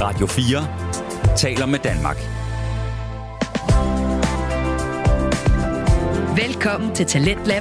Radio 4 taler med Danmark. Velkommen til Talentlab.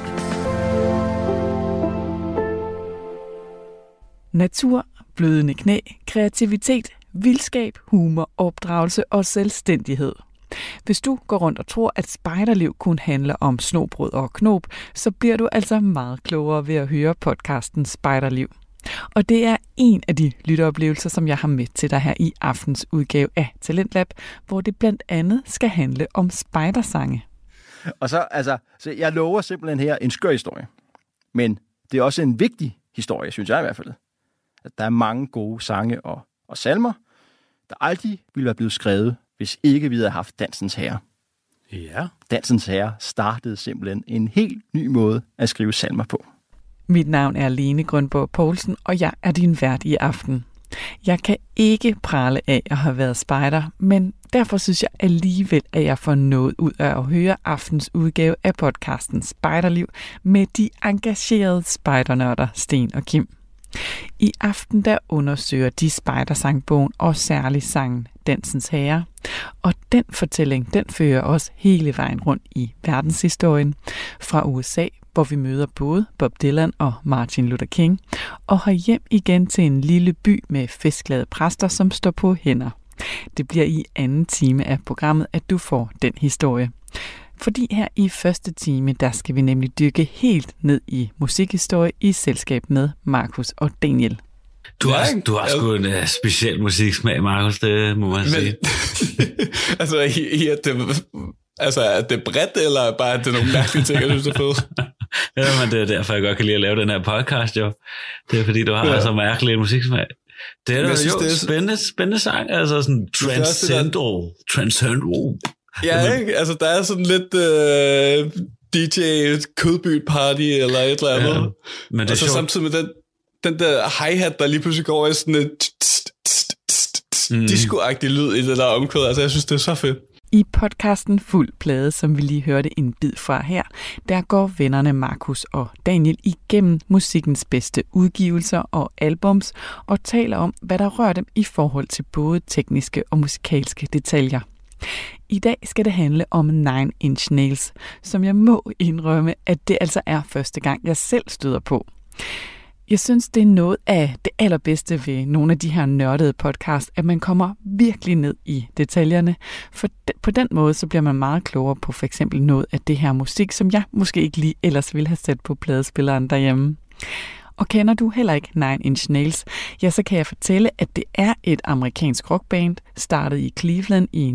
Natur, blødende knæ, kreativitet, vildskab, humor, opdragelse og selvstændighed. Hvis du går rundt og tror, at spejderliv kun handler om snobrød og knob, så bliver du altså meget klogere ved at høre podcasten Spejderliv. Og det er en af de lytteoplevelser, som jeg har med til dig her i aftens udgave af Talentlab, hvor det blandt andet skal handle om spejdersange. Og så jeg lover simpelthen her en skør historie. Men det er også en vigtig historie, synes jeg i hvert fald. At der er mange gode sange og salmer, der aldrig ville være blevet skrevet, hvis ikke vi havde haft Dansens Herre. Ja. Dansens Herre startede simpelthen en helt ny måde at skrive salmer på. Mit navn er Lene Grønborg Poulsen, og jeg er din vært i aften. Jeg kan ikke prale af at have været spejder, men derfor synes jeg alligevel, at jeg får noget ud af at høre aftens udgave af podcasten Spejderliv med de engagerede spejdernørder Sten og Kim. I aften der undersøger de spejdersangbogen og særligt sangen Dansens Herre. Og den fortælling, den fører os hele vejen rundt i verdenshistorien. Fra USA, hvor vi møder både Bob Dylan og Martin Luther King, og har hjem igen til en lille by med festglade præster, som står på hænder. Det bliver i anden time af programmet, at du får den historie. Fordi her i første time, der skal vi nemlig dykke helt ned i musikhistorie i selskab med Markus og Daniel. Du har sgu en speciel musiksmag, Markus, det må man sige. Er det bredt, eller bare at det er nogle mærkelige ting, jeg synes er fedt? Ja, men det er derfor, jeg godt kan lide at lave den her podcast, jo. Det er fordi, du har så mærkelig en musiksmag. Det er jo spændende sang, altså sådan transcendental. Ja, ikke? Altså, der er sådan lidt DJ kødbyt party eller et eller andet. Ja, men det og så sjovt. Samtidig med den der hi-hat, der lige pludselig går i sådan et disco-agtig lyd i det der omkvæd. Altså, jeg synes, det er så fedt. I podcasten Fuld Plade, som vi lige hørte en bid fra her, der går vennerne Markus og Daniel igennem musikkens bedste udgivelser og albums og taler om, hvad der rører dem i forhold til både tekniske og musikalske detaljer. I dag skal det handle om Nine Inch Nails, som jeg må indrømme, at det altså er første gang, jeg selv støder på. Jeg synes, det er noget af det allerbedste ved nogle af de her nørdede podcasts, at man kommer virkelig ned i detaljerne. For på den måde, så bliver man meget klogere på for eksempel noget af det her musik, som jeg måske ikke lige ellers ville have sat på pladespilleren derhjemme. Og kender du heller ikke Nine Inch Nails, ja, så kan jeg fortælle, at det er et amerikansk rockband, startet i Cleveland i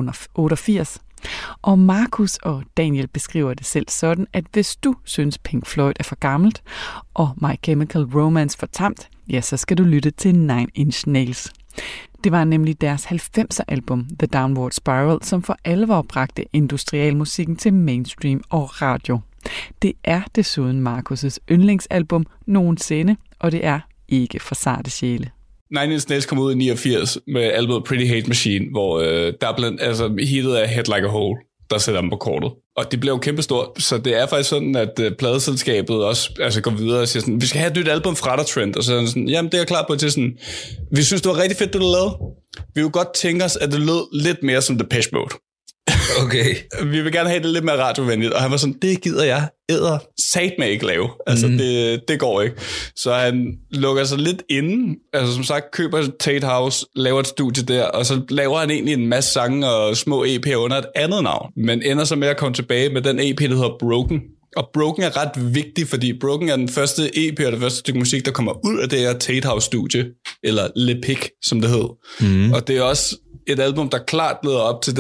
1988. Og Markus og Daniel beskriver det selv sådan, at hvis du synes Pink Floyd er for gammelt, og My Chemical Romance for tamt, ja, så skal du lytte til Nine Inch Nails. Det var nemlig deres 90'er album, The Downward Spiral, som for alvor bragte industrialmusikken til mainstream og radio. Det er desuden Markus' yndlingsalbum nogensinde, og det er ikke for sarte sjæle. Nine Inch Nails kom ud i 89 med albumet Pretty Hate Machine, hvor der blandt hittet af Head Like a Hole, der sætter dem på kortet. Og det blev jo kæmpestort, så det er faktisk sådan, at pladeselskabet også går videre og siger sådan, vi skal have et nyt album fra dig, Trent. Og så er sådan, jamen det er jeg klar på til sådan, vi synes det var rigtig fedt, det du lavede. Vi vil godt tænke os, at det lød lidt mere som Depeche Mode. Okay. Vi vil gerne have det lidt mere radiovenligt. Og han var sådan, det gider jeg satme ikke lave. Altså, det går ikke. Så han lukker sig lidt inde. Altså, som sagt, køber Tate House, laver et studie der, og så laver han egentlig en masse sange og små EP'er under et andet navn. Men ender så med at komme tilbage med den EP, der hedder Broken. Og Broken er ret vigtig, fordi Broken er den første EP og det første stykke musik, der kommer ud af det her Tate House-studie, eller Le Pic, som det hed. Og det er også et album, der klart leder op til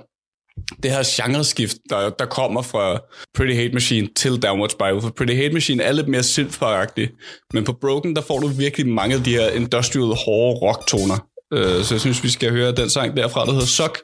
det her genreskift, der kommer fra Pretty Hate Machine til Downward Spiral. For Pretty Hate Machine er lidt mere synth-agtig, men på Broken, der får du virkelig mange af de her industrial, hårde rocktoner. Så jeg synes, vi skal høre den sang derfra, der hedder Suck.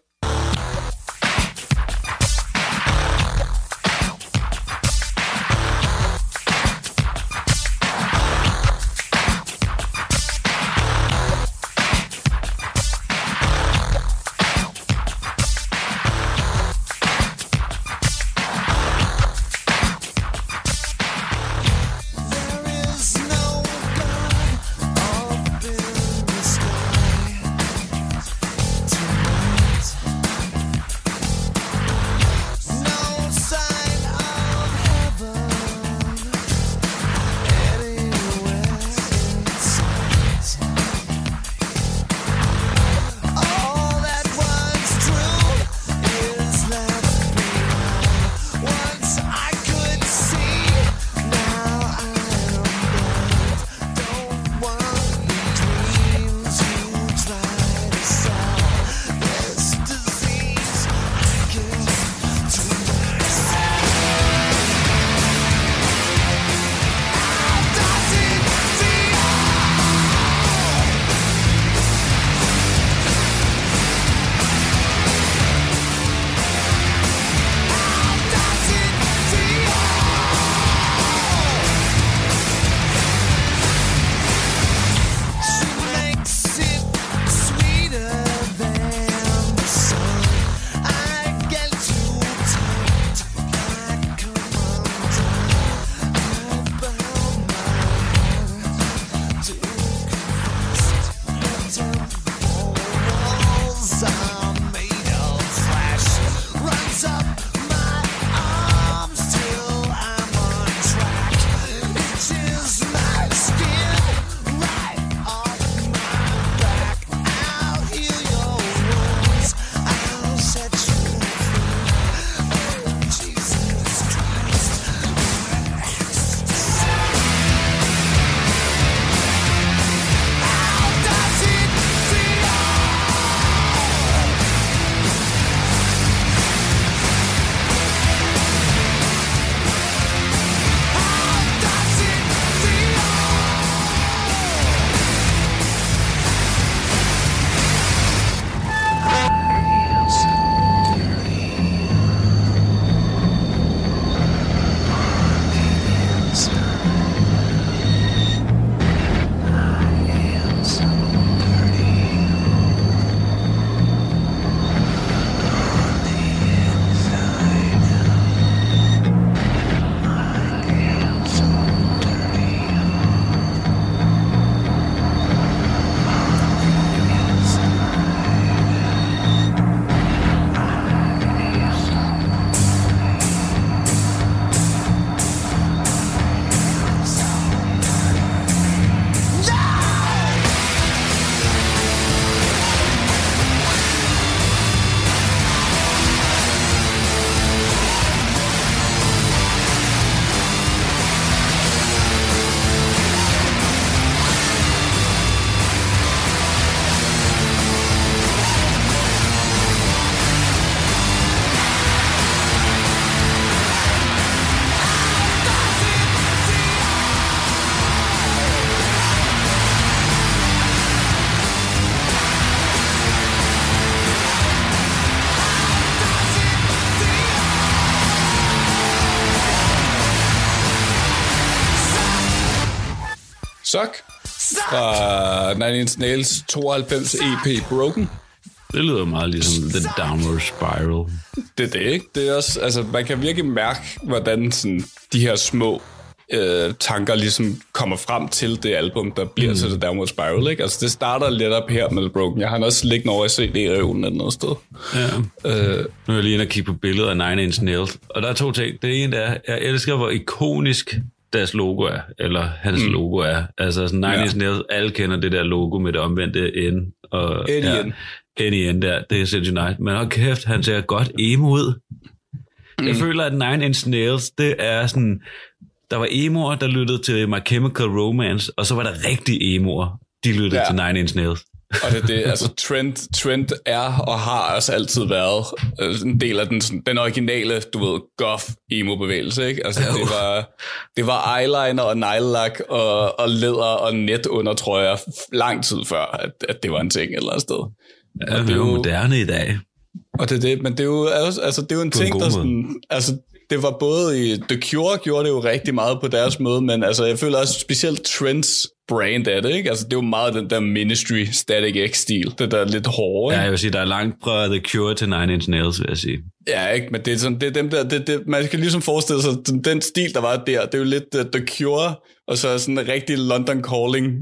Suck fra Nine Inch Nails 92 EP Broken. Det lyder meget ligesom The Downward Spiral. Det er det, ikke? Det er også, altså, man kan virkelig mærke, hvordan sådan, de her små tanker ligesom kommer frem til det album, der bliver til The Downward Spiral, ikke? Altså, det starter lidt op her med Broken. Jeg har også liggende over i CD-reolen eller noget sted. Ja. Nu er jeg lige inde og kigge på billedet af Nine Inch Nails, og der er 2 ting. Det ene er, jeg elsker, hvor ikonisk deres logo er, eller hans logo er. Altså, sådan Nine Inch Nails, alle kender det der logo med det omvendte N. Og N der, det er sindssygt nice. Men hold kæft, han ser godt emo ud. Jeg føler, at Nine Inch Nails, det er sådan... Der var emoer, der lyttede til My Chemical Romance, og så var der rigtige emoer, de lyttede til Nine Inch Nails. Og det altså Trent er og har også altid været en del af den originale, du ved, goth emo-bevægelse, ikke? Altså, det var eyeliner og neglelak og læder og net under, tror jeg, lang tid før, at det var en ting et eller andet sted. Ja, det er jo moderne i dag. Og det, men det er jo, altså, det er jo en ting, der sådan... Altså, det var både i The Cure gjorde det jo rigtig meget på deres måde, men altså, jeg føler også specielt Trents brand af det, ikke? Altså, det er jo meget den der Ministry Static X-stil, det der lidt hårde, ikke? Ja, jeg vil sige, der er langt fra The Cure til Nine Inch Nails, vil jeg sige. Ja, ikke? Men det er sådan, det er dem der, man kan ligesom forestille sig, den stil, der var der, det er jo lidt The Cure, og så sådan en rigtig London Calling,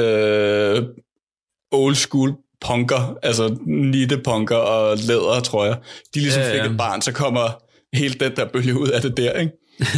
old school punker, altså nitte-punker og læder, tror jeg. De ligesom fik et barn, så kommer helt den der bølge ud af det der, ikke?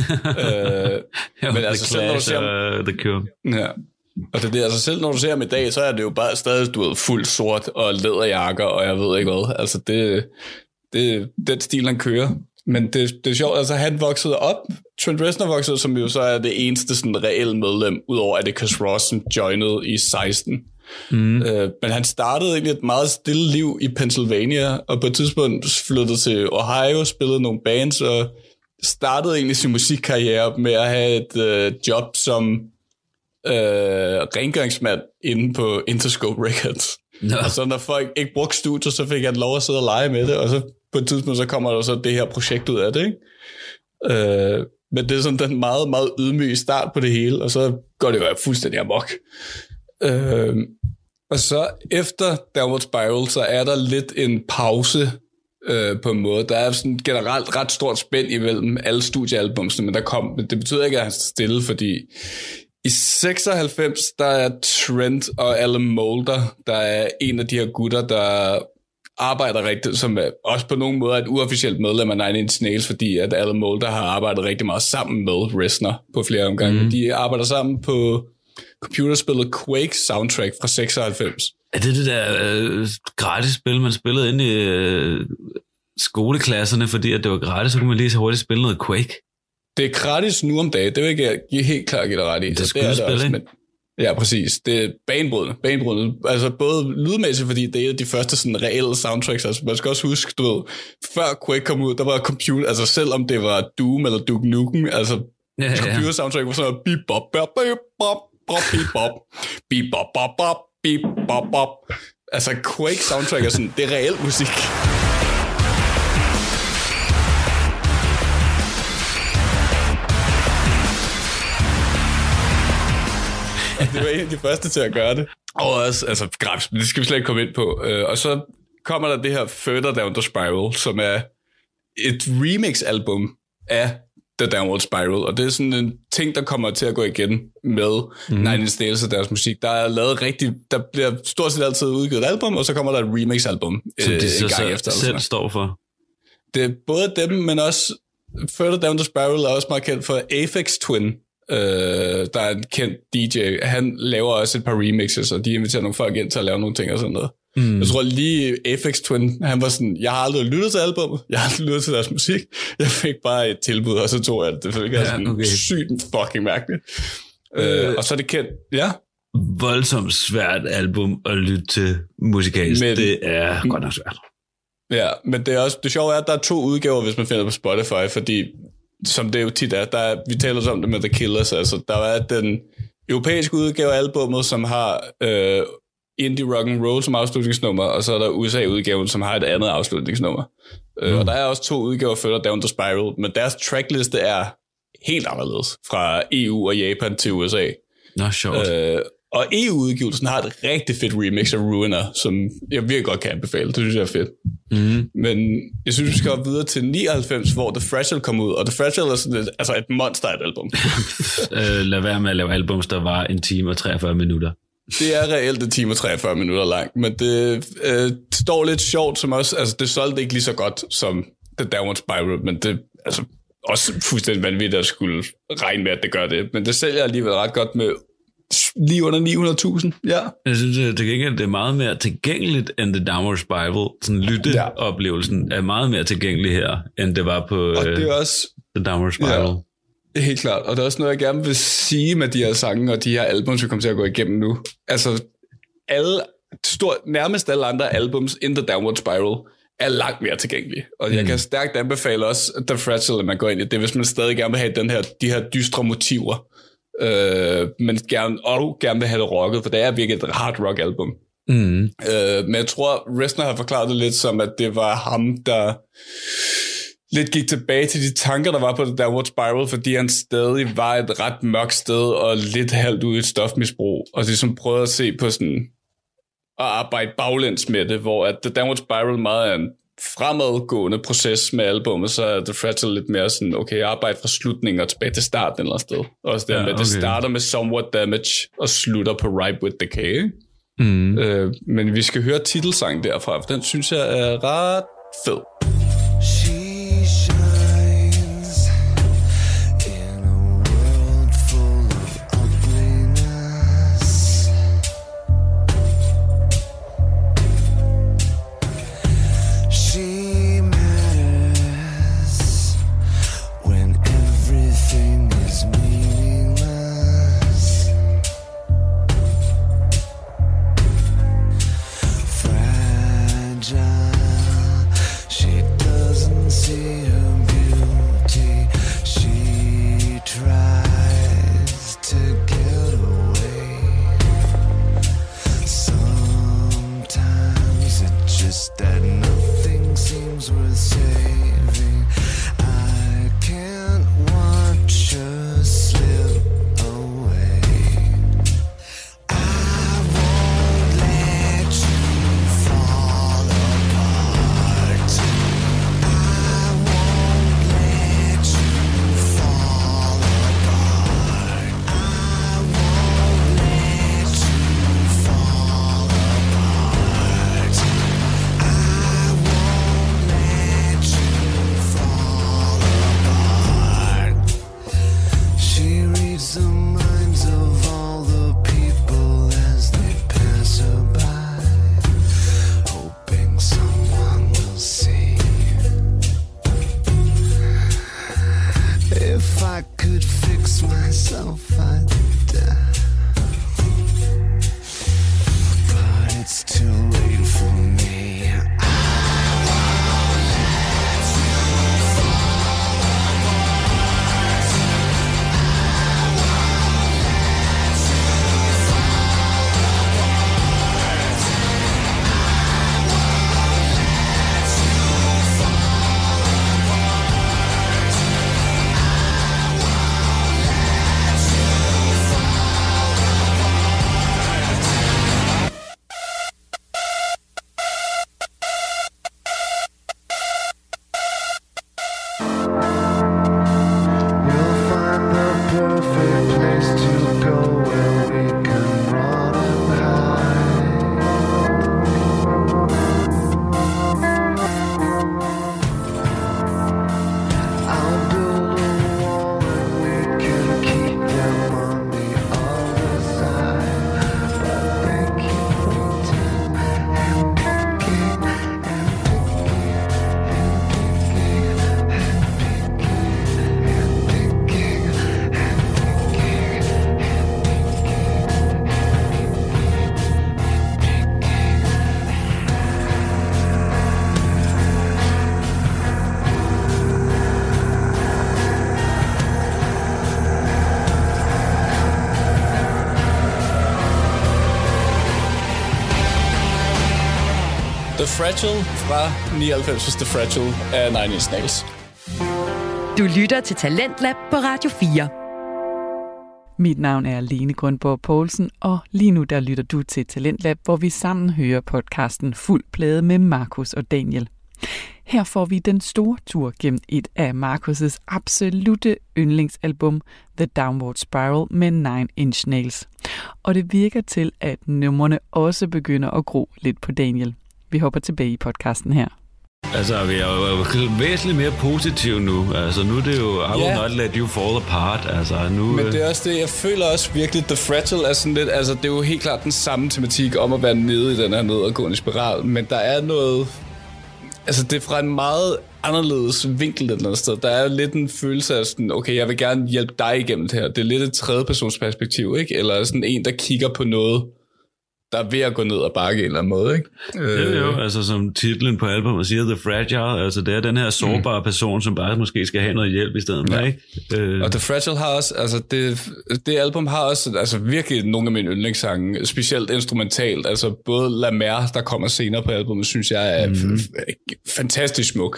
Men altså selv når du ser The Cure. Ja. Og det altså selv når du ser ham i dag, så er det jo bare stadig, du ved, fuld sort og læderjakker, og jeg ved ikke hvad. Altså det den stil, han kører. Men det er sjovt, altså han voksede op, Trent Reznor voksede, som jo så er det eneste sådan reelle medlem, udover Atticus Ross, som joinede i 16. Men han startede egentlig et meget stille liv i Pennsylvania, og på et tidspunkt flyttede til Ohio, spillede nogle bands, og startede egentlig sin musikkarriere med at have et job som rengøringsmand inde på Interscope Records. No. Og så når folk ikke brugte studier, så fik han lov at sidde og lege med det, og så på et tidspunkt så kommer der så det her projekt ud af det, ikke? Men det er sådan den meget, meget ydmyge start på det hele, og så går det jo fuldstændig amok. Og så efter Downward Spiral, så er der lidt en pause på en måde. Der er sådan generelt ret stort spænd imellem alle studiealbumsene, men det betyder ikke, at han står stille, fordi i 96, der er Trent og Alan Moulder, der er en af de her gutter, der arbejder rigtigt, som er også på nogen måde et uofficielt medlem af Nine Inch Nails, fordi at Alan Moulder har arbejdet rigtig meget sammen med Reznor på flere omgange. De arbejder sammen på computerspillet Quake soundtrack fra 96. Er det der gratis spil, man spillede inde i skoleklasserne, fordi at det var gratis, så kunne man lige så hurtigt spille noget Quake? Det er gratis nu om dagen, det vil jeg helt klart give dig ret i. Det er skydespil, ikke? Ja, præcis. Det er banebrydende. Altså både lydmæssigt, fordi det er et af de første sådan reelle soundtracks. Altså man skal også huske, du ved, før Quake kom ud, der var computer, altså selvom det var Doom eller Duke Nukem, altså computer soundtrack var sådan bip bop bop bip bop bop bip bop bip bop bop bop bip bop bop. Altså Quake soundtrack er sådan, det er reelt musik. Det var en af de første til at gøre det. Og også, altså, grabs, det skal vi slet ikke komme ind på. Og så kommer der det her Further Down the Spiral, som er et remix-album af The Downward Spiral. Og det er sådan en ting, der kommer til at gå igen med Nine Inch Nails og deres musik. Der er lavet der bliver stort set altid udgivet et album, og så kommer der et remix-album som de så selv står for. Det er både dem, men også Further Down the Spiral er også meget kendt for Aphex Twin. Der er en kendt DJ. Han laver også et par remixes, og de inviterer nogle folk ind til at lave nogle ting og sådan noget. Jeg tror lige Aphex Twin, han var sådan, jeg har aldrig lyttet til albumet, jeg har aldrig lyttet til deres musik, jeg fik bare et tilbud, og så tog jeg det. Det er sådan sygt fucking mærkeligt. Og så er det kendt, ja. Voldsomt svært album at lytte til musikalsk. Det er godt nok svært. Ja, men det er også, det sjove er, at der er 2 udgaver, hvis man finder på Spotify, fordi som det jo tit er, vi taler også om det med The Killers, altså der er den europæiske udgave af albummet, som har Indie Rock and Roll som afslutningsnummer, og så er der USA-udgaven, som har et andet afslutningsnummer. Og der er også 2 udgaver Further Down the Spiral, men deres trackliste er helt anderledes fra EU og Japan til USA. Nå, sjovt. Og EU-udgivelsen har et rigtig fedt remix af Ruiner, som jeg virkelig godt kan anbefale. Det synes jeg er fedt. Mm. Men jeg synes, vi skal gå videre til 99, hvor The Fragile kom ud. Og The Fragile er sådan et monster af et album. Lad være med at lave albums, der var 1 time og 43 minutter. Det er reelt 1 time og 43 minutter langt, men det står lidt sjovt som også. Altså, det solgte ikke lige så godt som The Downward Spiral, men det altså også fuldstændig vanvittigt at skulle regne med, at det gør det. Men det sælger alligevel ret godt med lige under 900.000. Ja. Jeg synes, det er meget mere tilgængeligt end The Downward Spiral. Sådan lytteoplevelsen er meget mere tilgængelig her, end det var på det er også, The Downward Spiral. Ja. Helt klart, og det er også noget, jeg gerne vil sige med de her sange og de her albums, vi kommer til at gå igennem nu. Altså, nærmest alle andre albums in The Downward Spiral er langt mere tilgængelige. Og jeg kan stærkt anbefale også The Fragile, at man går ind i det, hvis man stadig gerne vil have de her dystre motiver, men gerne vil have det rocket, for det er virkelig et hard rock album. Men jeg tror, Reznor har forklaret det lidt som, at det var ham, der lidt gik tilbage til de tanker, der var på The Downward Spiral, fordi han stadig var et ret mørkt sted og lidt halvt ude i et stofmisbrug, og ligesom prøvede at se på sådan at arbejde baglæns med det, hvor at The Downward Spiral meget er en fremadgående proces med albumet, så er The Fragile lidt mere sådan, okay, arbejde fra slutningen og tilbage til starten et eller andet sted. Også der med, det starter med Somewhat Damage og slutter på Ripe with Decay. Men vi skal høre titelsangen derfra, for den synes jeg er ret fed. The Fragile fra 99 hos The Fragile af Nine Inch Nails. Du lytter til Talentlab på Radio 4. Mit navn er Lene Grundborg Poulsen, og lige nu der lytter du til Talentlab, hvor vi sammen hører podcasten Fuld Plade med Markus og Daniel. Her får vi den store tur gennem et af Markus' absolute yndlingsalbum, The Downward Spiral med Nine Inch Nails. Og det virker til, at numrene også begynder at gro lidt på Daniel. Vi hopper tilbage i podcasten her. Altså, vi er jo væsentligt mere positive nu. Altså, nu er det jo, I will not let you fall apart. Altså, nu... Men det er også det, jeg føler også virkelig, The Fragile er sådan lidt, altså, det er jo helt klart den samme tematik om at være nede i den her nedadgående spiral, men der er noget, altså, det er fra en meget anderledes vinkel et eller andet sted. Der er lidt en følelse af sådan, okay, jeg vil gerne hjælpe dig igennem det her. Det er lidt et tredjepersons perspektiv, ikke? Eller sådan en, der kigger på noget, der er ved at gå ned og bakke en eller anden måde, ikke? Jo, altså som titlen på albumet siger, The Fragile, altså det er den her sårbare person, som bare måske skal have noget hjælp i stedet for, ikke? Og The Fragile har også, altså det album har også, altså virkelig nogle af mine yndlingssange, specielt instrumentalt, altså både La Mer, der kommer senere på albumet, synes jeg er fantastisk smuk.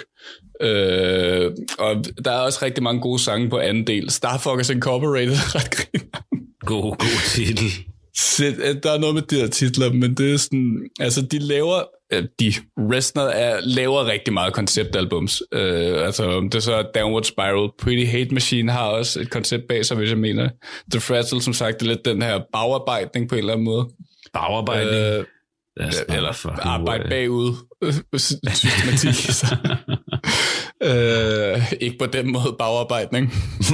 Og der er også rigtig mange gode sange på anden del. Star Fox Incorporated, ret griner. God titel. Der er noget med de her titler, men det er sådan, altså de laver, Reznor laver rigtig meget konceptalbums. Altså det er så Downward Spiral. Pretty Hate Machine har også et koncept bag sig, hvis jeg mener. The Fragile, som sagt, er lidt den her bagarbejdning på en eller anden måde. Bagarbejdning? Eller arbejde bagud. Systematik. Ikke på den måde bagarbejdning.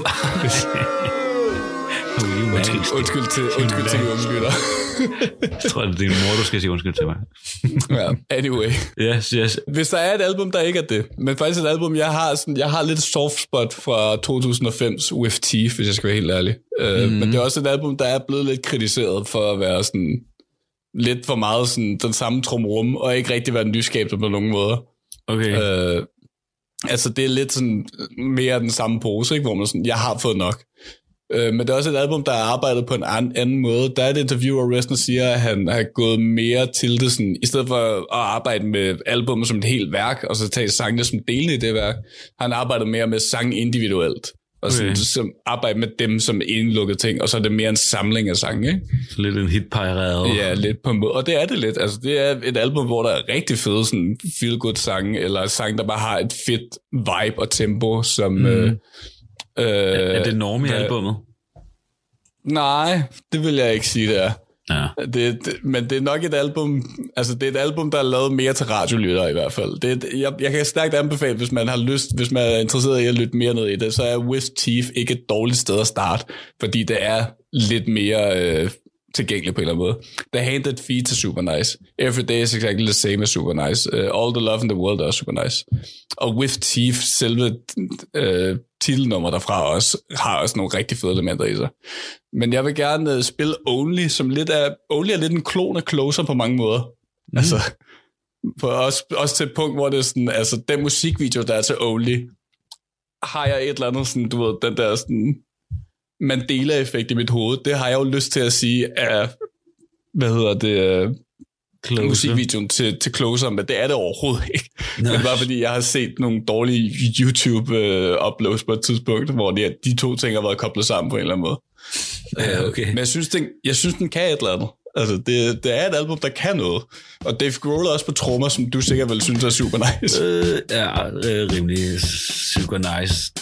Undskyld til de unge lytter. Jeg tror, det er din mor, du skal sige undskyld til mig. Ja, anyway. Yes. Hvis der er et album, der ikke er det, men faktisk et album, jeg har lidt soft spot fra 2005's With Teeth, hvis jeg skal være helt ærlig. Men det er også et album, der er blevet lidt kritiseret for at være sådan lidt for meget sådan den samme trumrum, og ikke rigtig være nyskabende på nogen måder. Okay. Altså det er lidt sådan mere den samme pose, ikke? Hvor man sådan, jeg har fået nok. Men det er også et album, der er arbejdet på en anden måde. Der er et interview, hvor Reznor siger, at han har gået mere til det sådan, i stedet for at arbejde med albumet som et helt værk, og så tage sangene som delene i det værk, har han arbejdet mere med sang individuelt. Og sådan, som arbejde med dem som indlukket ting, og så er det mere en samling af sange, ikke? Så lidt en hitparade. Ja, lidt på en måde. Og det er det lidt. Altså, det er et album, hvor der er rigtig fede sådan feel-good sange, eller sange, der bare har et fedt vibe og tempo, som... er det norm i albumet? Nej, det vil jeg ikke sige, det er. Ja. Men det er nok et album, altså det er et album, der er lavet mere til radiolyttere i hvert fald. Jeg kan stærkt anbefale, hvis man har lyst, hvis man er interesseret i at lytte mere ned i det, så er With Teeth ikke et dårligt sted at starte, fordi det er lidt mere tilgængeligt på en eller anden måde. The Hand That Feeds er super nice. Every Day is Exactly the Same er super nice. All the Love in the World er også super nice. Og With Teeth, selve titelnummer derfra også, har også nogle rigtig fede elementer i sig. Men jeg vil gerne spille Only, som Only er lidt en klon af Closer på mange måder. Altså, også til et punkt, hvor det er sådan, altså den musikvideo, der er til Only, har jeg et eller andet sådan, du ved, den der sådan Mandela-effekt i mit hoved. Det har jeg jo lyst til at sige er, musikvideoen til Closer, men det er det overhovedet ikke. Det er bare fordi, jeg har set nogle dårlige YouTube-uploads på et tidspunkt, hvor de to ting har været koblet sammen på en eller anden måde. Ja, okay. Men jeg synes, den kan et eller andet. Altså, det er et album, der kan noget. Og Dave Grohl er også på trommer, som du sikkert vil synes er super nice. Rimelig super nice.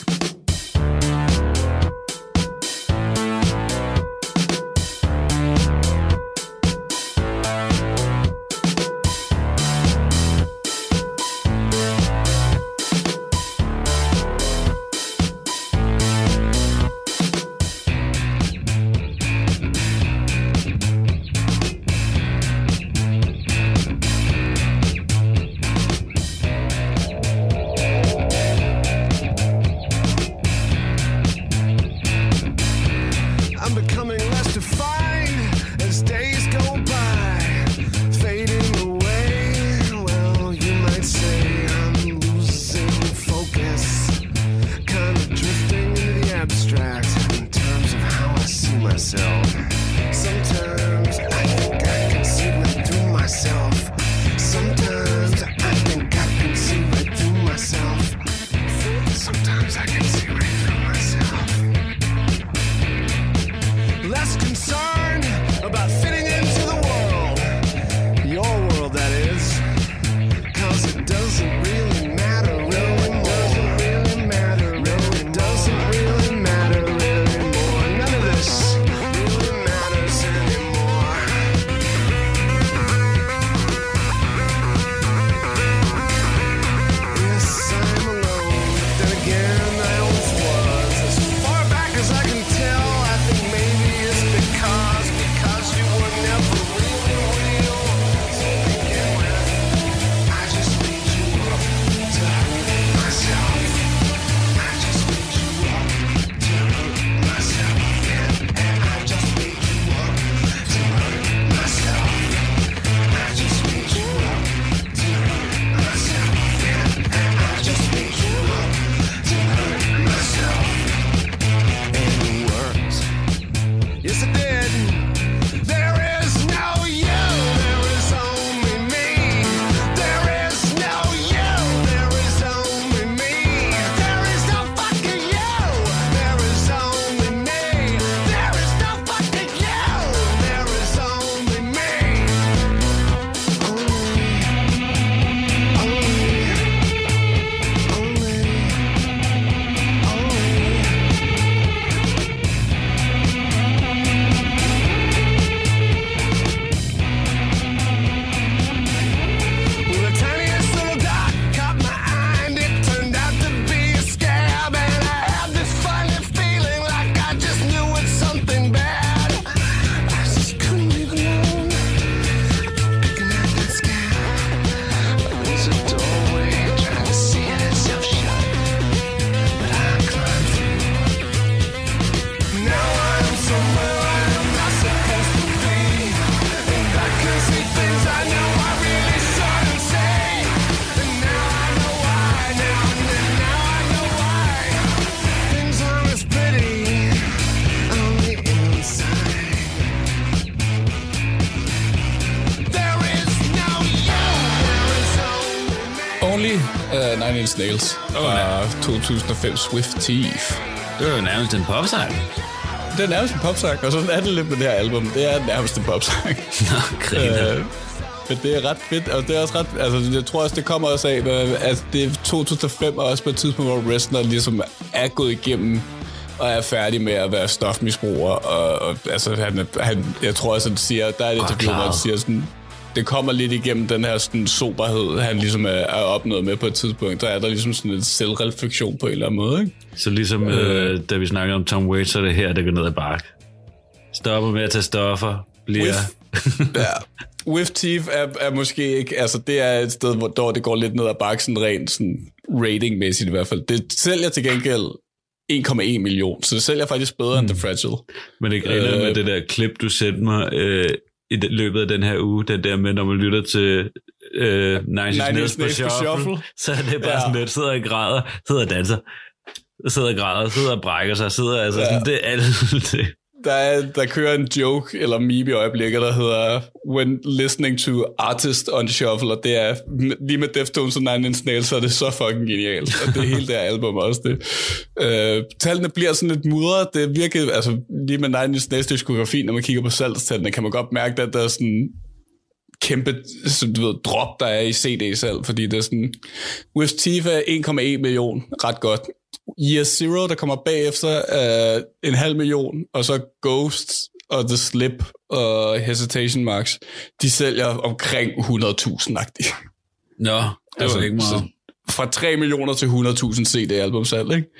Nine Inch Nails fra 2005 Swift Thief. Det var jo nærmest en popsang. Det er nærmest en popsang, og sådan er det lidt med det her album. Det er nærmest en popsang. Nå, griner. Men det er ret fedt, og det er også ret... Altså, jeg tror også, det kommer også af, at det er 2005, og også på et tidspunkt, hvor Reznor ligesom er gået igennem og er færdig med at være stofmisbruger, og altså, jeg tror også, at han siger, der er det interview, hvor han siger sådan, det kommer lidt igennem den her sådan soberhed, han ligesom er opnået med på et tidspunkt. Der er der ligesom sådan en selvreflektion på en eller anden måde, ikke? Så ligesom da vi snakkede om Tom Waits, så er det her, det går ned ad bakke. Stopper med at tage stoffer, bliver... With Thief er måske ikke... Altså, det er et sted, hvor det går lidt ned ad bakke, sådan rent sådan ratingmæssigt i hvert fald. Det sælger til gengæld 1,1 million, så det sælger faktisk bedre end The Fragile. Men det griner med det der klip, du sendte mig i løbet af den her uge, den der med, når man lytter til Nine Inch Nails på shuffle, så er det bare sådan lidt, sidder og græder, sidder og danser, sidder og brækker sig, sidder sådan, det er alt det. Der kører en joke, eller meme i øjeblikket, der hedder When listening to artist on shuffle, og det er lige med Deftones og Nine Inch Nails, så er det så fucking genialt, og det er hele det her album også det. Tallene bliver sådan lidt mudret, det er virkelig, altså lige med Nine Inch Nails diskografi, når man kigger på salgstallene, kan man godt mærke, at der er sådan kæmpe, som du ved, drop, der er i CD-salg, fordi det er sådan, With Thief er 1,1 million, ret godt. Year Zero, der kommer bagefter, 500.000, og så Ghost og The Slip og Hesitation Marks, de sælger omkring 100.000-agtigt. Nå, det altså, var ikke meget. Fra 3 millioner til 100.000 CD-albumsalg, ikke?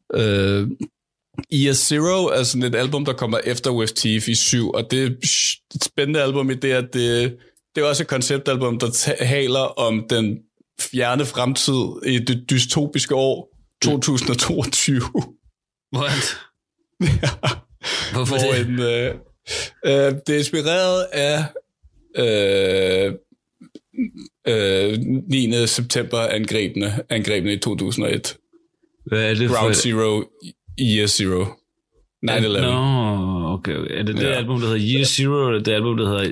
Year Zero er sådan et album, der kommer efter With Thief i 7, og det er et spændende album i det, at det er også et konceptalbum, der taler om den fjerne fremtid i det dystopiske år, 2022. What? Ja. Hvorfor det? Det er inspireret af 9. september angrebene i 2001. Hvad er det Ground Zero, Year Zero. 9/11. Nå, okay. Er det album, der hedder Year Zero, eller det album, der hedder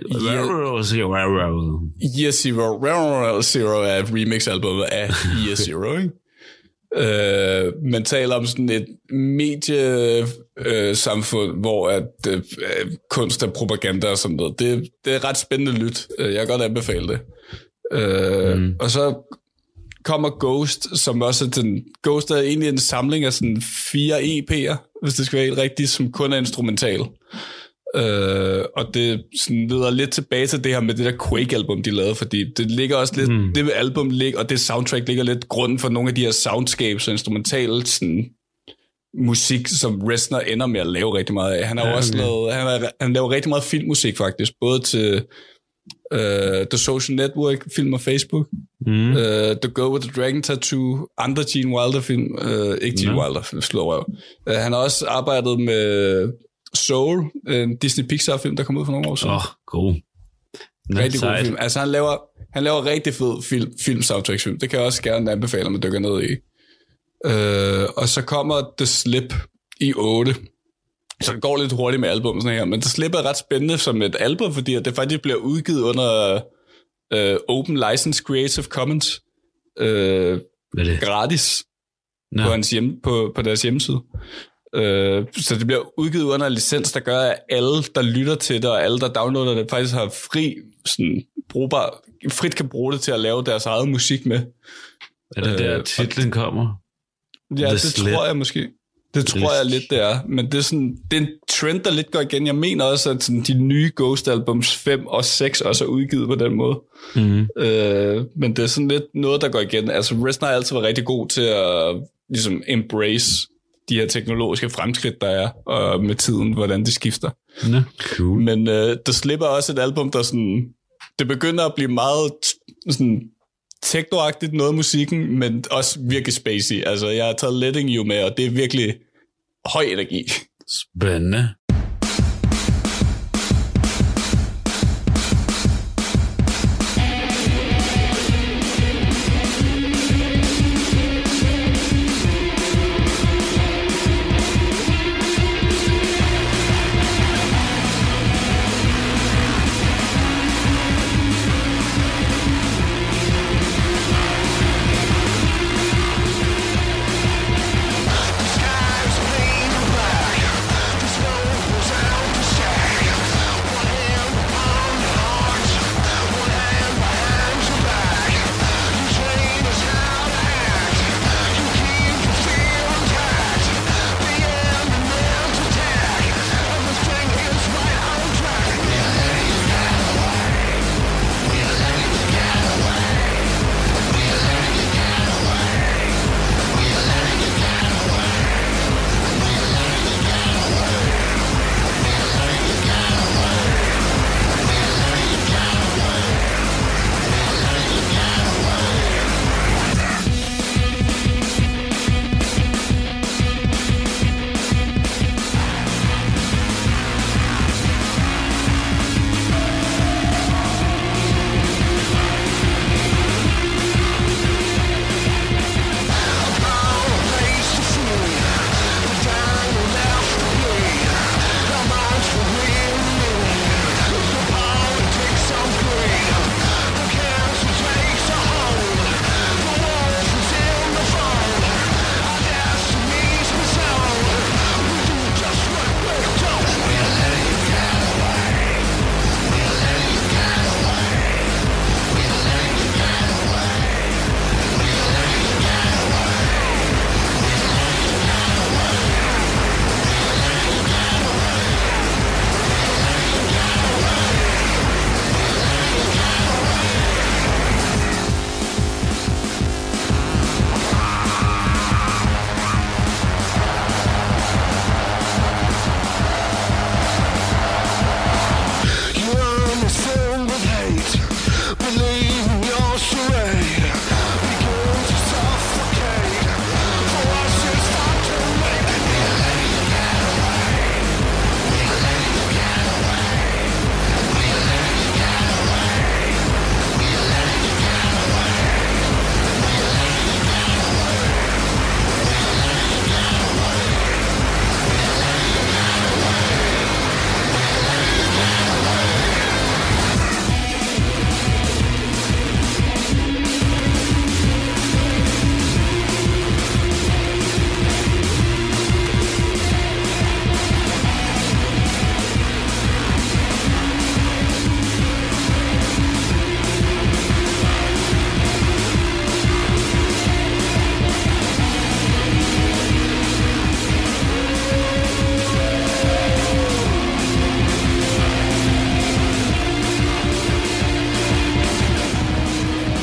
Year Zero? Zero er et remix-album af Year Zero, ikke? Man taler om sådan et mediesamfund, hvor at kunst er propaganda og sådan noget. Det er ret spændende lyt. Jeg kan godt anbefale det. Og så kommer Ghost, som også Ghost er egentlig en samling af sådan 4 EP'er, hvis det skal være helt rigtigt, som kun er instrumental. Og det sådan leder lidt tilbage til det her med det der Quake-album, de lavede, fordi det ligger også lidt, det album ligger, og det soundtrack ligger lidt grunden for nogle af de her soundscapes og instrumentale sådan, musik, som Reznor ender med at lave rigtig meget af. Han har også lavet, han laver rigtig meget filmmusik faktisk, både til The Social Network, film og Facebook, The Girl with the Dragon Tattoo, andre Gene Wilder film, ikke Gene Wilder, slår røv. Han har også arbejdet med Soul, en Disney Pixar-film, der kom ud for nogle år siden. Cool. Rigtig god film. Altså, han laver rigtig fed film-soundtrack-film. Det kan jeg også gerne anbefale, at man dykker ned i. Og så kommer The Slip i 8. Så det går lidt hurtigt med album sådan her. Men The Slip er ret spændende som et album, fordi det faktisk bliver udgivet under Open License Creative Commons. Gratis på deres hjemmeside. Så det bliver udgivet under en licens, der gør, at alle, der lytter til det, og alle, der downloader det, faktisk har frit kan bruge det til at lave deres eget musik med. Er det der titlen kommer? Ja, det tror jeg måske. Det tror jeg lidt, det er. Men det er, sådan, det er en trend, der lidt går igen. Jeg mener også, at sådan, de nye Ghost-albums 5 og 6 også er udgivet på den måde. Men det er sådan lidt noget, der går igen. Altså, Reznor har altid været rigtig god til at ligesom embrace de her teknologiske fremskridt, der er, og med tiden, hvordan de skifter. Cool. Men der slipper også et album, der sådan, det begynder at blive meget sådan techno-agtigt, noget af musikken, men også virkelig spacey. Altså, jeg har taget Letting You med, og det er virkelig høj energi. Spændende.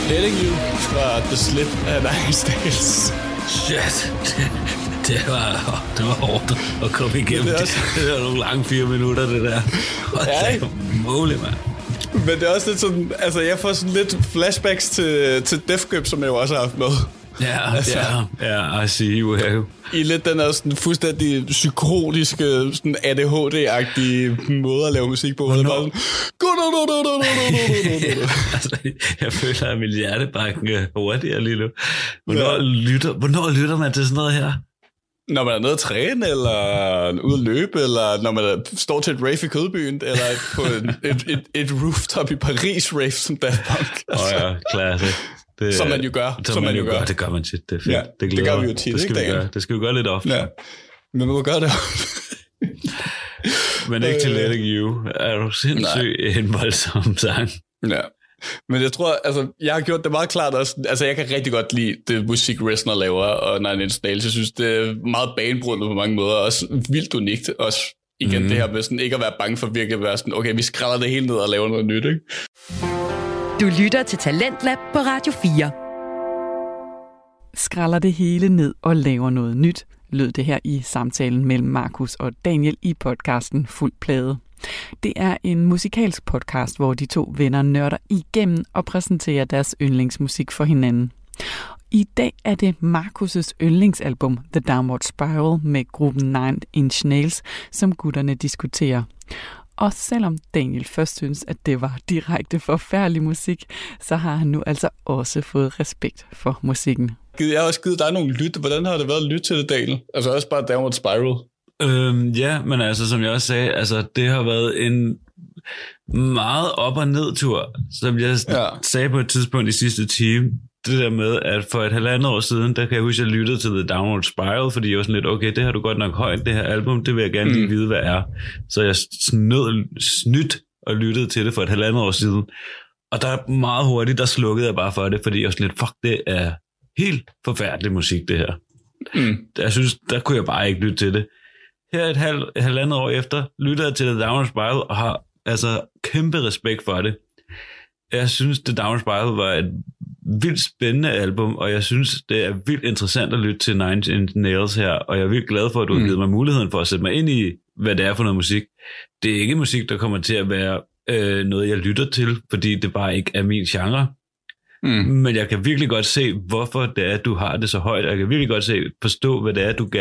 Letting You fra The Slip af Nine Inch Nails. Shit, det var hårdt at komme igennem. Det var nogle lange 4 minutter, det der. Det er muligt, mand. Men det er også lidt sådan, altså jeg får sådan lidt flashbacks til Death Grip, som jeg jo også har haft med. Ja, I see you have. I lidt den er sådan fuldstændig psykotiske, sådan ADHD-agtige måde at lave musik på. Jeg føler, at mit hjertebanken er hurtigere lige nu. Hvornår lytter man til sådan noget her? Når man er nede at træne, eller ude at løbe, eller når man står til et rave i Kødbyen, eller på et rooftop i Paris rave som Daft Punk. Altså. Ja, klasse. Som man jo gør. Det gør man tit. Det er fedt. Ja, det gør vi jo tit. Det skal vi gøre lidt ofte. Ja. Men man må gøre det. Men ikke til Letting You. Er du sindssygt en voldsom sang? Ja. Men jeg tror, altså, jeg har gjort det meget klart også. Altså, jeg kan rigtig godt lide det musik, Reznor laver, og Nine Inch Nails. Jeg synes, det er meget banebrydende på mange måder, og også vildt unikt. Også igen det her med sådan, ikke at være bange for virkelig at være sådan, okay, vi skræller det hele ned og laver noget nyt, ikke? Du lytter til Talentlab på Radio 4. Skræller det hele ned og laver noget nyt, lød det her i samtalen mellem Markus og Daniel i podcasten Fuld Plade. Det er en musikalsk podcast, hvor de to venner nørder igennem og præsenterer deres yndlingsmusik for hinanden. I dag er det Markus' yndlingsalbum The Downward Spiral med gruppen Nine Inch Nails, som gutterne diskuterer. Og selvom Daniel først synes, at det var direkte forfærdelig musik, så har han nu altså også fået respekt for musikken. Jeg har også givet dig nogle lytte. Hvordan har det været at lytte til det, Daniel? Altså også bare Downward Spiral. Ja, men altså som jeg også sagde, altså det har været en meget op- og ned-tur, som jeg sagde på et tidspunkt i sidste time. Det der med, at for et halvandet år siden, der kan jeg huske, at jeg lyttede til The Downward Spiral, fordi jeg var sådan lidt, okay, det har du godt nok højt, det her album, det vil jeg gerne lige vide, hvad er. Så jeg snydt og lyttede til det for et halvandet år siden. Og der meget hurtigt, der slukkede jeg bare for det, fordi jeg var sådan lidt, fuck, det er helt forfærdelig musik, det her. Jeg synes, der kunne jeg bare ikke lytte til det. Her et halvandet år efter, lytter jeg til The Downward Spiral, og har altså kæmpe respekt for det. Jeg synes, The Downward Spiral var et vildt spændende album, og jeg synes, det er vildt interessant at lytte til Nine Inch Nails her, og jeg er vildt glad for, at du har givet mig muligheden for at sætte mig ind i, hvad det er for noget musik. Det er ikke musik, der kommer til at være noget, jeg lytter til, fordi det bare ikke er min genre. Men jeg kan virkelig godt se, hvorfor det er, at du har det så højt, og jeg kan virkelig godt forstå, hvad det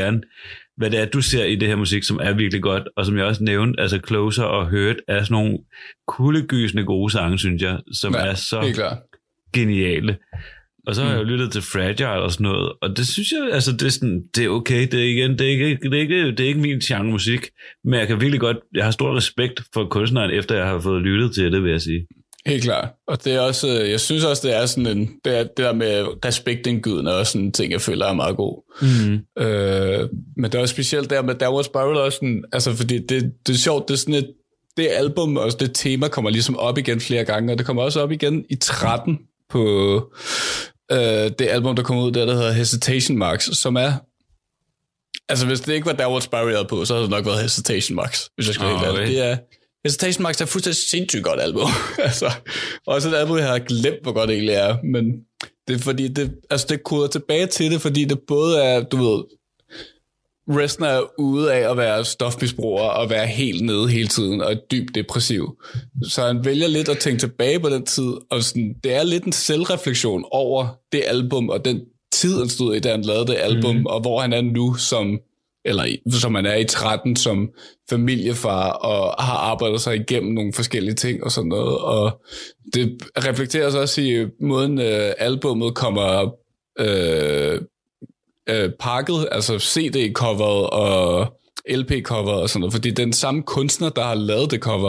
er, du ser i det her musik, som er virkelig godt, og som jeg også nævnte, altså Closer og Hurt er sådan nogle kuldegysende gode sange, synes jeg, som er så geniale. Og så har jeg jo lyttet til Fragile og sådan noget, og det synes jeg, altså det er okay, det er ikke min genre musik, men jeg kan virkelig godt, jeg har stor respekt for kunstneren, efter jeg har fået lyttet til det, vil jeg sige. Helt klart. Og det er også, jeg synes også, det er sådan en, det der med respektindgydende og sådan en ting, jeg føler er meget god. Men det er også specielt der med Downward Spiral også sådan, altså fordi det er sjovt, det er sådan det album og det tema kommer ligesom op igen flere gange, og det kommer også op igen i 13 på det album, der kommer ud der hedder Hesitation Marks, som er, altså hvis det ikke var Downward Spiral, jeg havde på, så havde det nok været Hesitation Marks, hvis jeg skal helt ærligt. Det er Hesitation Marks er fuldstændig sindssygt godt album. Altså, også et album, jeg har glemt, hvor godt det egentlig er. Men det er fordi, det koder tilbage til det, fordi det både er, du ved, Reznor er ude af at være stofmisbruger og være helt nede hele tiden og dybt depressiv. Så han vælger lidt at tænke tilbage på den tid, og sådan, det er lidt en selvreflektion over det album og den tid, han stod i, da han lavede det album, og hvor han er nu som han er i 13 som familiefar og har arbejdet sig igennem nogle forskellige ting og sådan noget, og det reflekteres også i måden albummet kommer pakket, altså CD-coveret og LP-coveret og sådan noget, fordi den samme kunstner, der har lavet det cover,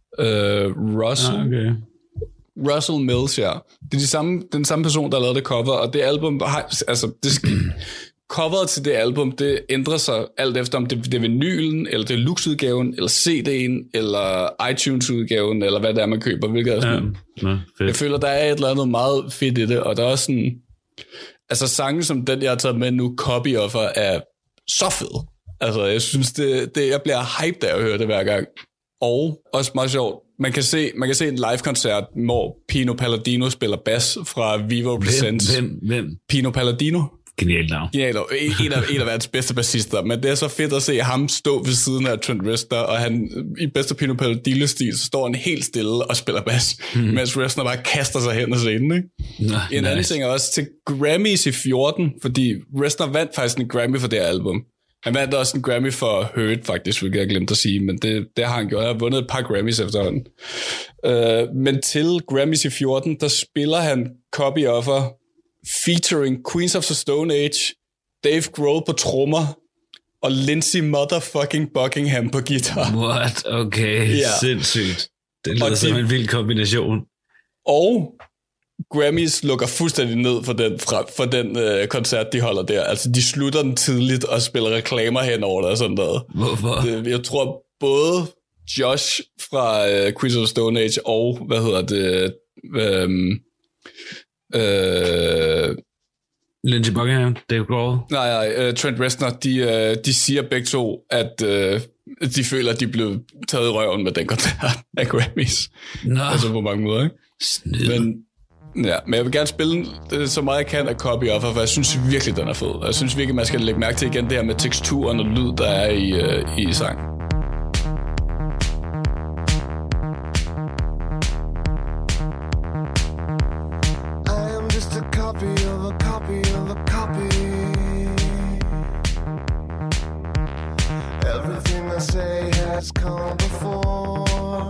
Russell Mills, ja. Det er den samme person, der har lavet det cover, og det album har, altså coveret til det album, det ændrer sig alt efter, om det er vinylen, eller det er Lux-udgaven, eller CD'en, eller iTunes-udgaven, eller hvad det er, man køber, hvilket er sådan. Jeg føler, der er et eller andet meget fedt i det, og der er også sådan, altså sange som den, jeg har taget med nu, Copy Offer, er så fed. Altså, jeg synes, jeg bliver hyped af at høre det hver gang. Og også meget sjovt, Man kan se en live-koncert, hvor Pino Palladino spiller bas fra Vivo Presents. Hvem? Pino Palladino. Genialt navn. Genialt. En af verdens bedste bassister. Men det er så fedt at se ham stå ved siden af Trent Reznor, og han i bedste Pino Palladino-stil, så står han helt stille og spiller bas, mens Reznor bare kaster sig hen ad scenen, ikke? En anden ting er også til Grammys i 14, fordi Reznor vandt faktisk en Grammy for det her album. Han vandt også en Grammy for Hurt, faktisk, hvilket jeg glemte at sige, men det har han gjort. Han har vundet et par Grammys efterhånden. Men til Grammys i 14, der spiller han Copy Offer featuring Queens of the Stone Age, Dave Grohl på trommer, og Lindsey motherfucking Buckingham på guitar. What? Okay, sindssygt. Det lyder som en vild kombination. Og Grammys lukker fuldstændig ned for den koncert, de holder der. Altså, de slutter den tidligt og spiller reklamer henover der og sådan noget. Hvorfor? Jeg tror både Josh fra Queens of the Stone Age og, Lindsey Buckingham, Dave Grohl. Nej, Trent Reznor, de siger begge to, at de føler, at de blev taget i røven med den koncert af Grammys. Nå. Altså på mange måder, ikke? Snyd. Men jeg vil gerne spille så meget jeg kan af Copy Offer, for jeg synes virkelig, den er fed. Jeg synes virkelig, man skal lægge mærke til igen det her med teksturen og lyd, der er i sang. Has come before,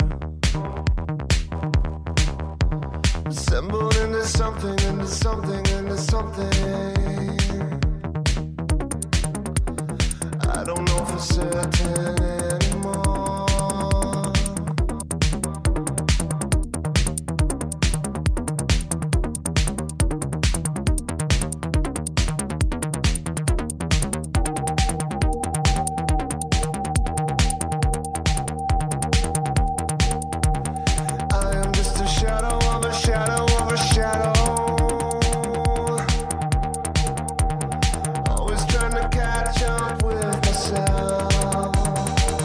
assembled into something, into something, into something. I don't know for certain anymore. Always trying to catch up with myself.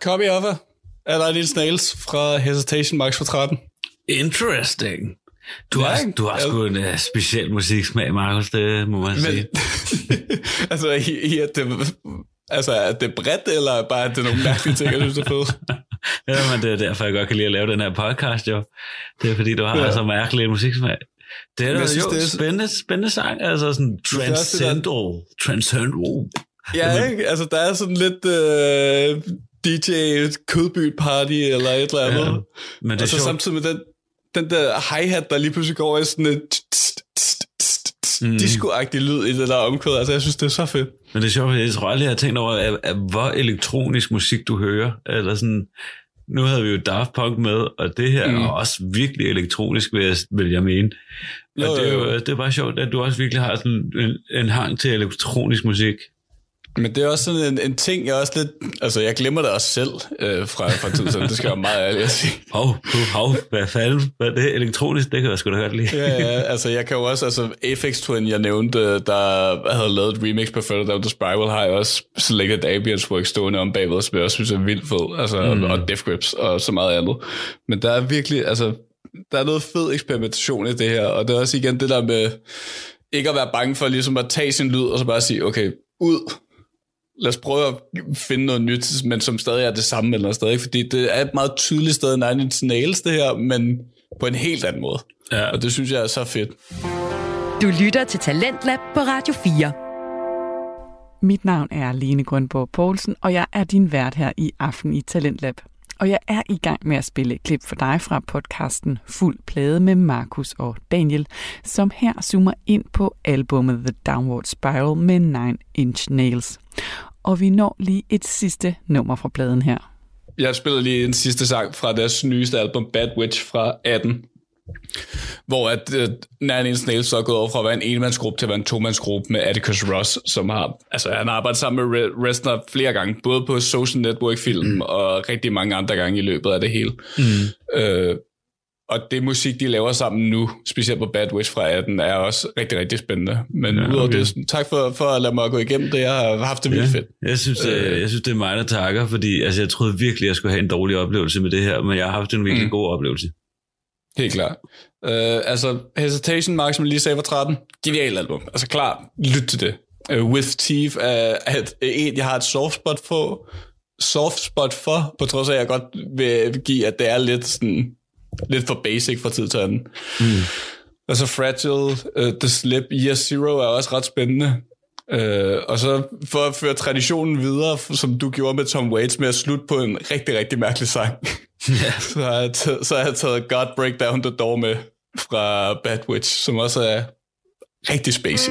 Copy Offer af Nine Inch Nails fra Hesitation Max for 13. Interesting. Du har sgu en speciel musiksmag, Markus, det må man sige. Altså, er det bredt, eller bare at det er nogle mærkelige ting, jeg synes, det er fedt? Ja, men det er derfor, jeg godt kan lide at lave den her podcast, jo. Det er fordi, du har så mærkelig en musiksmag. Det er jo spændende sang, altså sådan transcendental. Ja, ikke? Altså, der er sådan lidt DJ kødbyt party, eller et eller andet. Ja, men det og så samtidig med den der hi-hat, der lige pludselig går i sådan et disco-agtig lyd i det der omkvæd. Altså, jeg synes, det er så fedt. Men det er sjovt, jeg tror aldrig, jeg har tænkt over, hvor elektronisk musik du hører. Eller sådan, nu havde vi jo Daft Punk med, og det her er også virkelig elektronisk, vil jeg mene. Og det er bare sjovt, at du også virkelig har sådan en hang til elektronisk musik. Men det er også sådan en ting, jeg også lidt... Altså, jeg glemmer det også selv fra tid til. Det skal jeg meget ærligt at sige. Hvad fanden? Hvad er det? Elektronisk, det kan jeg sgu da godt lide. Ja, altså, jeg kan jo også... Altså, Aphex Twin, jeg nævnte, der havde lavet et remix på Further Down the Spiral, har jeg også Selected Ambience Work stående om bagved, som jeg også synes er vildt fed. Altså, og Death Grips og så meget andet. Men der er virkelig... Altså, der er noget fed eksperimentation i det her, og det er også igen det der med ikke at være bange for ligesom at tage sin lyd, og så bare sige, okay, ud... Lad os prøve at finde noget nyt, men som stadig er det samme eller stadig, fordi det er et meget tydeligt sted Nine Inch Nails det her, men på en helt anden måde. Ja. Og det synes jeg er så fedt. Du lytter til Talentlab på Radio 4. Mit navn er Lene Grønborg Poulsen, og jeg er din vært her i aften i Talentlab. Og jeg er i gang med at spille et klip for dig fra podcasten Fuld Plade med Markus og Daniel, som her zoomer ind på albumet The Downward Spiral med Nine Inch Nails. Og vi når lige et sidste nummer fra pladen her. Jeg spiller lige en sidste sang fra deres nyeste album Bad Witch fra 18. Hvor at Nine Inch Nails så er gået over fra at være en enmandsgruppe til at være en tomandsgruppe med Atticus Ross, som har, altså han har arbejdet sammen med Reznor flere gange, både på Social Network-film og rigtig mange andre gange i løbet af det hele. Og det musik, de laver sammen nu, specielt på Bad Witch fra 18, er også rigtig, rigtig spændende. Men udover det, tak for at lade mig gå igennem det. Jeg har haft det vildt fedt. Jeg synes, det er mig, der takker, fordi altså, jeg troede virkelig, jeg skulle have en dårlig oplevelse med det her, men jeg har haft en virkelig god oplevelse. Helt klart. Altså, Hesitation, Mark, som lige sagde, var 13. Genial album. Altså klar, lyt til det. With Teeth er en, jeg har et soft spot for, på trods af, at jeg godt vil give, at det er lidt for basic fra tid til anden. Altså Fragile, The Slip, Year Zero er også ret spændende. Og så for at føre traditionen videre, som du gjorde med Tom Waits, med at slutte på en rigtig, rigtig mærkelig sang. så har jeg taget God Break Down the Door med fra Bad Witch, som også er rigtig spacey.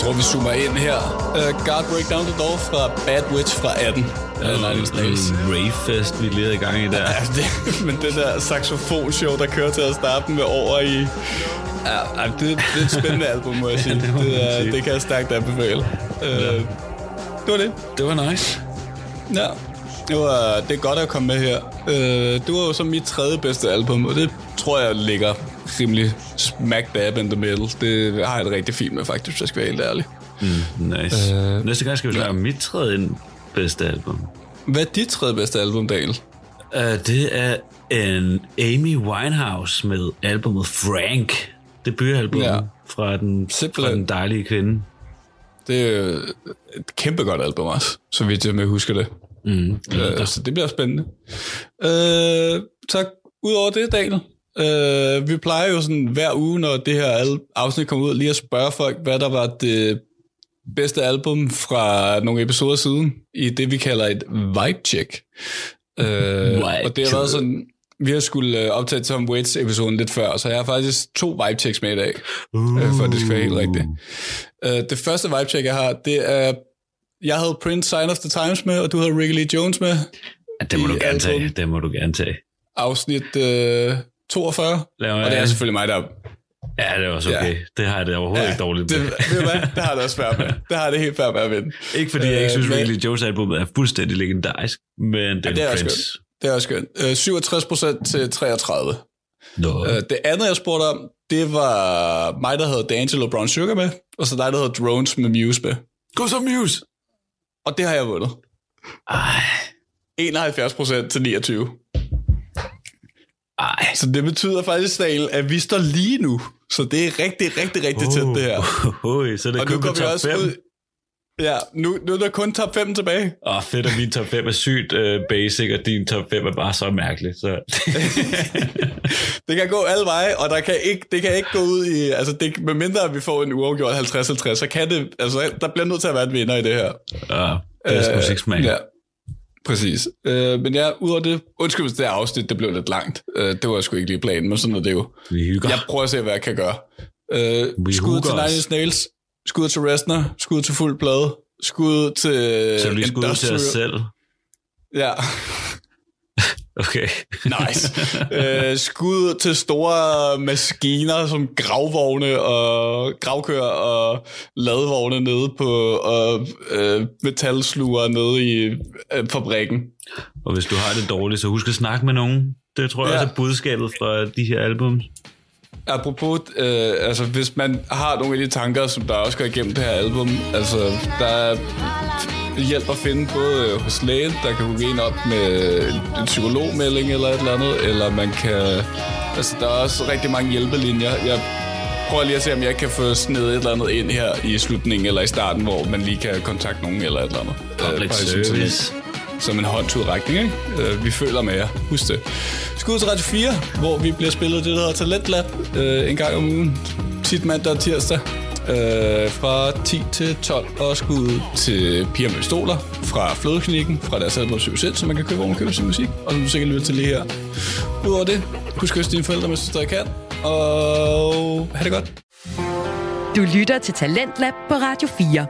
tror, vi zoomer ind her. God Break Down the Door fra Bad Witch fra 18. Ravefest, vi lige er i gang i der. Ja, men det der saxofonshow, der kører til at starte med over i... Ja, det er et spændende album, må jeg sige. Det kan jeg stærkt anbefale. Det var det. Det var nice. Ja, det er godt at komme med her. Det var jo så mit tredje bedste album, og det tror jeg ligger rimelig smack dab in the middle. Det har jeg det rigtig fint med, faktisk, hvis jeg skal være helt ærlig. Nice. Næste gang skal vi snakke om mit tredje bedste album. Hvad er dit tredje bedste album, Daniel? Det er en Amy Winehouse med albumet Frank. Debutalbum fra den dejlige kvinde. Det er et kæmpe godt album også, så vidt jeg husker det. Så det bliver spændende. Så udover det, Daniel, vi plejer jo sådan hver uge, når det her afsnit kommer ud, lige at spørge folk, hvad der var det bedste album fra nogle episoder siden, i det, vi kalder et vibe-check. Og det har været sådan, vi har skulle optage Tom Waits-episoden lidt før, så jeg har faktisk 2 vibe-checks med i dag, for at det skal være helt rigtigt. Det første vibe-check, jeg har, det er, jeg havde Prince Sign of the Times med, og du havde Ricky Lee Jones med. Det må du gerne tage. Afsnit 42, og det er selvfølgelig mig, der... Ja, det er også okay. Det har jeg det overhovedet ikke dårligt med. Det har det også svært med. Det har det helt færdigt med at vinde. Ikke fordi jeg ikke synes, Ricky Lee Jones-albumet er fuldstændig legendarisk, men det er Prince. Det er også skønt. 67% til 33. Det andet, jeg spurgte om, det var mig, der havde D'Angelo Brown Sugar med, og så dig, der havde Drones med Muse med. Gå så Muse! Og det har jeg vundet. 71% til 29. Så det betyder faktisk, Daniel, at vi står lige nu. Så det er rigtig tæt, det her. Så det er kun på top 5. Ja, nu er der kun top 5 tilbage. Fedt, at min top 5 er sygt basic, og din top 5 er bare så mærkelig. Så. Det kan gå alle veje, og det kan ikke gå ud i... Altså, medmindre vi får en uafgjort 50-50, så kan det... Altså, der bliver nødt til at være en vinder i det her. Bedst musiksmag. Ja, præcis. Men ja, udover det... Undskyld, hvis det her afsnit, det blev lidt langt. Det var sgu ikke lige planen, men sådan er det jo. Jeg prøver at se, hvad jeg kan gøre. Skud til Nine Inch Nails. Skud til Reznor, skud til Fuld Plade, skud til... Så lige skud til os selv. Ja. Okay. Nice. Skud til store maskiner som gravvogne og gravkører og ladevogne nede på og metalsluger nede i fabrikken. Og hvis du har det dårligt, så husk at snakke med nogen. Det tror jeg også er budskabet fra de her album. Apropos, altså hvis man har nogle af de tanker, som der også går igennem det her album, altså der er hjælp at finde både hos lægen, der kan hugge en op med en psykologmelding eller et eller andet, eller man kan, altså der er også rigtig mange hjælpelinjer. Jeg prøver lige at se, om jeg kan få snedet et eller andet ind her i slutningen eller i starten, hvor man lige kan kontakte nogen eller et eller andet. Public service. Som en håndsudrækning, ikke? Vi føler med jer. Husk det. Skud til Radio 4, hvor vi bliver spillet det, der hedder Talent Lab en gang om ugen. Tit mandag og tirsdag fra 10 til 12. Og skud til Piger med Stoler fra Flødeklinikken, fra deres album Suicide, så man kan købe, hvor man køber sin musik. Og som du sikkert lytter til lige her. Udover det, husk at kysse dine forældre, hvis du stadig kan. Og ha' det godt. Du lytter til Talentlab på Radio 4.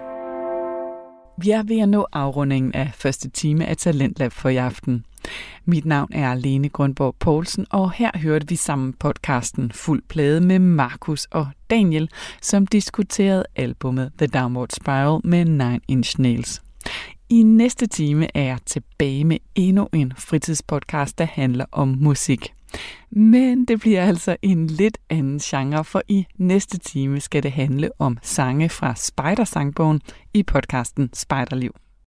Vi er ved at nå afrundingen af første time af Talentlab for i aften. Mit navn er Lene Grønborg Poulsen, og her hørte vi sammen podcasten Fuld Plade med Markus og Daniel, som diskuterede albumet The Downward Spiral med Nine Inch Nails. I næste time er jeg tilbage med endnu en fritidspodcast, der handler om musik. Men det bliver altså en lidt anden genre, for i næste time skal det handle om sange fra Spider-sangbogen i podcasten Spiderliv.